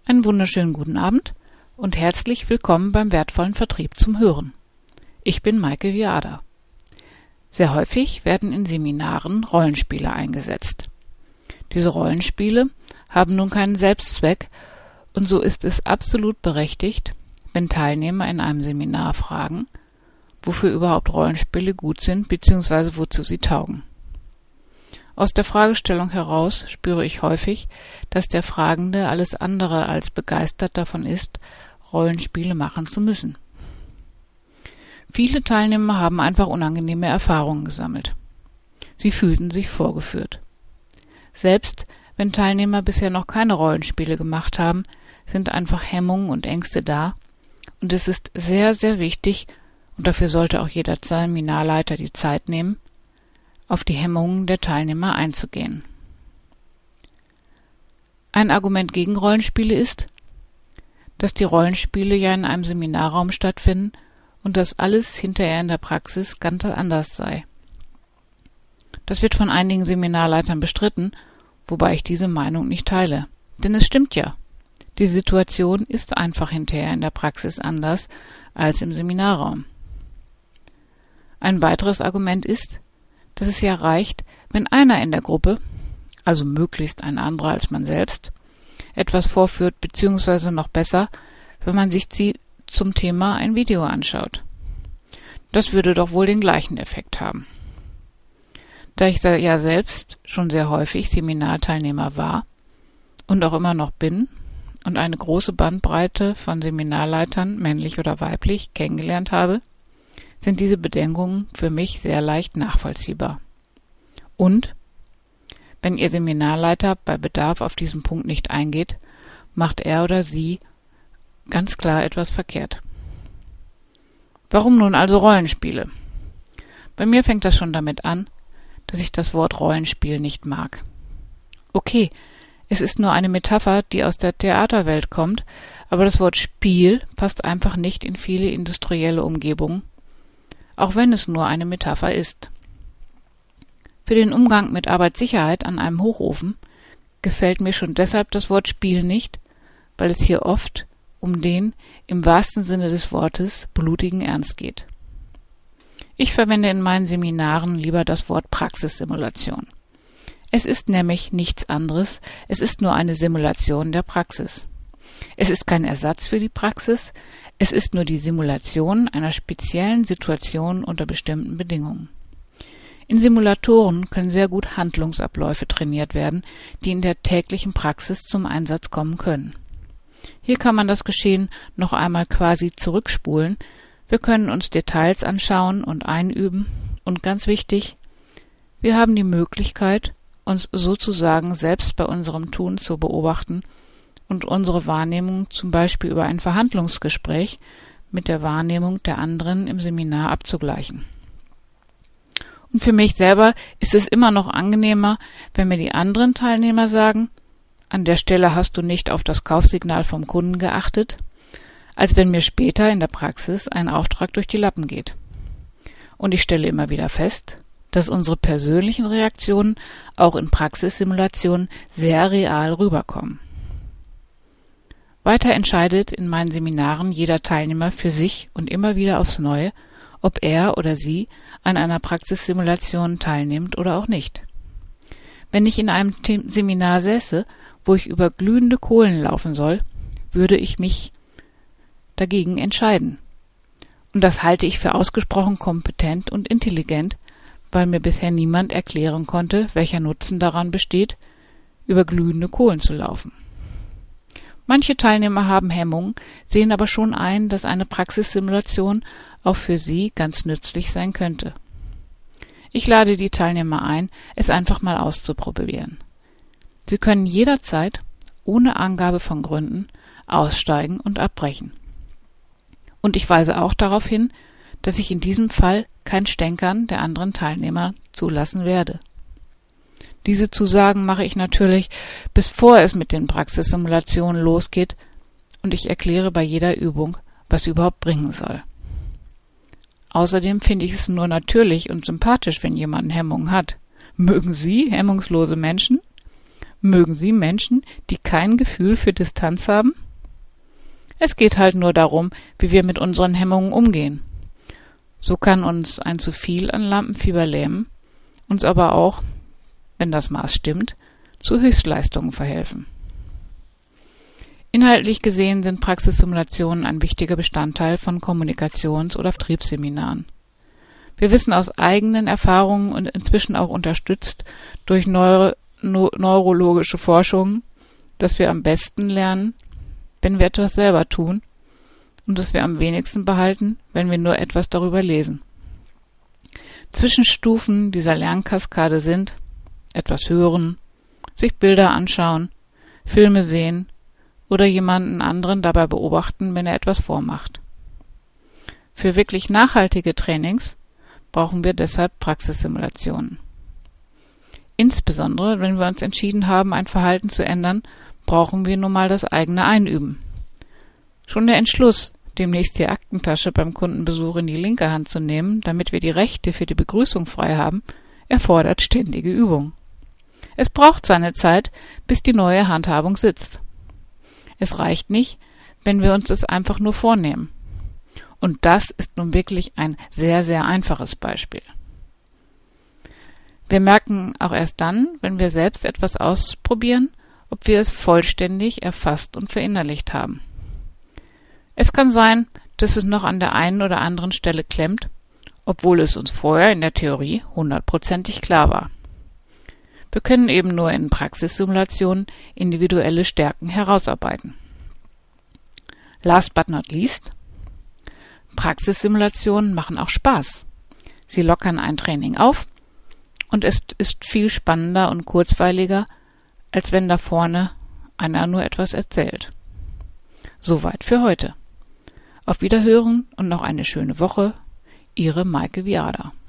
Einen wunderschönen guten Abend und herzlich willkommen beim wertvollen Vertrieb zum Hören. Ich bin Maike Viada. Sehr häufig werden in Seminaren Rollenspiele eingesetzt. Diese Rollenspiele haben nun keinen Selbstzweck und so ist es absolut berechtigt, wenn Teilnehmer in einem Seminar fragen, wofür überhaupt Rollenspiele gut sind bzw. wozu sie taugen. Aus der Fragestellung heraus spüre ich häufig, dass der Fragende alles andere als begeistert davon ist, Rollenspiele machen zu müssen. Viele Teilnehmer haben einfach unangenehme Erfahrungen gesammelt. Sie fühlten sich vorgeführt. Selbst wenn Teilnehmer bisher noch keine Rollenspiele gemacht haben, sind einfach Hemmungen und Ängste da, und es ist sehr, sehr wichtig, und dafür sollte auch jeder Seminarleiter die Zeit nehmen, auf die Hemmungen der Teilnehmer einzugehen. Ein Argument gegen Rollenspiele ist, dass die Rollenspiele ja in einem Seminarraum stattfinden und dass alles hinterher in der Praxis ganz anders sei. Das wird von einigen Seminarleitern bestritten, wobei ich diese Meinung nicht teile. Denn es stimmt ja. Die Situation ist einfach hinterher in der Praxis anders als im Seminarraum. Ein weiteres Argument ist, dass es ja reicht, wenn einer in der Gruppe, also möglichst ein anderer als man selbst, etwas vorführt, beziehungsweise noch besser, wenn man sich zum Thema ein Video anschaut. Das würde doch wohl den gleichen Effekt haben. Da ich ja selbst schon sehr häufig Seminarteilnehmer war und auch immer noch bin und eine große Bandbreite von Seminarleitern, männlich oder weiblich, kennengelernt habe, sind diese Bedenkungen für mich sehr leicht nachvollziehbar. Und, wenn Ihr Seminarleiter bei Bedarf auf diesen Punkt nicht eingeht, macht er oder sie ganz klar etwas verkehrt. Warum nun also Rollenspiele? Bei mir fängt das schon damit an, dass ich das Wort Rollenspiel nicht mag. Okay, es ist nur eine Metapher, die aus der Theaterwelt kommt, aber das Wort Spiel passt einfach nicht in viele industrielle Umgebungen, auch wenn es nur eine Metapher ist. Für den Umgang mit Arbeitssicherheit an einem Hochofen gefällt mir schon deshalb das Wort Spiel nicht, weil es hier oft um den, im wahrsten Sinne des Wortes, blutigen Ernst geht. Ich verwende in meinen Seminaren lieber das Wort Praxissimulation. Es ist nämlich nichts anderes, es ist nur eine Simulation der Praxis. Es ist kein Ersatz für die Praxis, es ist nur die Simulation einer speziellen Situation unter bestimmten Bedingungen. In Simulatoren können sehr gut Handlungsabläufe trainiert werden, die in der täglichen Praxis zum Einsatz kommen können. Hier kann man das Geschehen noch einmal quasi zurückspulen, wir können uns Details anschauen und einüben und ganz wichtig, wir haben die Möglichkeit, uns sozusagen selbst bei unserem Tun zu beobachten und unsere Wahrnehmung zum Beispiel über ein Verhandlungsgespräch mit der Wahrnehmung der anderen im Seminar abzugleichen. Und für mich selber ist es immer noch angenehmer, wenn mir die anderen Teilnehmer sagen, an der Stelle hast du nicht auf das Kaufsignal vom Kunden geachtet, als wenn mir später in der Praxis ein Auftrag durch die Lappen geht. Und ich stelle immer wieder fest, dass unsere persönlichen Reaktionen auch in Praxissimulationen sehr real rüberkommen. Weiter entscheidet in meinen Seminaren jeder Teilnehmer für sich und immer wieder aufs Neue, ob er oder sie an einer Praxissimulation teilnimmt oder auch nicht. Wenn ich in einem Seminar säße, wo ich über glühende Kohlen laufen soll, würde ich mich dagegen entscheiden. Und das halte ich für ausgesprochen kompetent und intelligent, weil mir bisher niemand erklären konnte, welcher Nutzen daran besteht, über glühende Kohlen zu laufen. Manche Teilnehmer haben Hemmungen, sehen aber schon ein, dass eine Praxissimulation auch für sie ganz nützlich sein könnte. Ich lade die Teilnehmer ein, es einfach mal auszuprobieren. Sie können jederzeit, ohne Angabe von Gründen, aussteigen und abbrechen. Und ich weise auch darauf hin, dass ich in diesem Fall kein Stänkern der anderen Teilnehmer zulassen werde. Diese Zusagen mache ich natürlich, bevor es mit den Praxissimulationen losgeht, und ich erkläre bei jeder Übung, was sie überhaupt bringen soll. Außerdem finde ich es nur natürlich und sympathisch, wenn jemand Hemmungen hat. Mögen Sie hemmungslose Menschen? Mögen Sie Menschen, die kein Gefühl für Distanz haben? Es geht halt nur darum, wie wir mit unseren Hemmungen umgehen. So kann uns ein zu viel an Lampenfieber lähmen, uns aber auch, wenn das Maß stimmt, zu Höchstleistungen verhelfen. Inhaltlich gesehen sind Praxissimulationen ein wichtiger Bestandteil von Kommunikations- oder Vertriebsseminaren. Wir wissen aus eigenen Erfahrungen und inzwischen auch unterstützt durch neurologische Forschung, dass wir am besten lernen, wenn wir etwas selber tun, und dass wir am wenigsten behalten, wenn wir nur etwas darüber lesen. Zwischenstufen dieser Lernkaskade sind etwas hören, sich Bilder anschauen, Filme sehen oder jemanden anderen dabei beobachten, wenn er etwas vormacht. Für wirklich nachhaltige Trainings brauchen wir deshalb Praxissimulationen. Insbesondere, wenn wir uns entschieden haben, ein Verhalten zu ändern, brauchen wir nun mal das eigene Einüben. Schon der Entschluss, demnächst die Aktentasche beim Kundenbesuch in die linke Hand zu nehmen, damit wir die rechte für die Begrüßung frei haben, erfordert ständige Übung. Es braucht seine Zeit, bis die neue Handhabung sitzt. Es reicht nicht, wenn wir uns das einfach nur vornehmen. Und das ist nun wirklich ein sehr, sehr einfaches Beispiel. Wir merken auch erst dann, wenn wir selbst etwas ausprobieren, ob wir es vollständig erfasst und verinnerlicht haben. Es kann sein, dass es noch an der einen oder anderen Stelle klemmt, obwohl es uns vorher in der Theorie 100%ig klar war. Wir können eben nur in Praxissimulationen individuelle Stärken herausarbeiten. Last but not least: Praxissimulationen machen auch Spaß. Sie lockern ein Training auf und es ist viel spannender und kurzweiliger, als wenn da vorne einer nur etwas erzählt. Soweit für heute. Auf Wiederhören und noch eine schöne Woche. Ihre Maike Viada.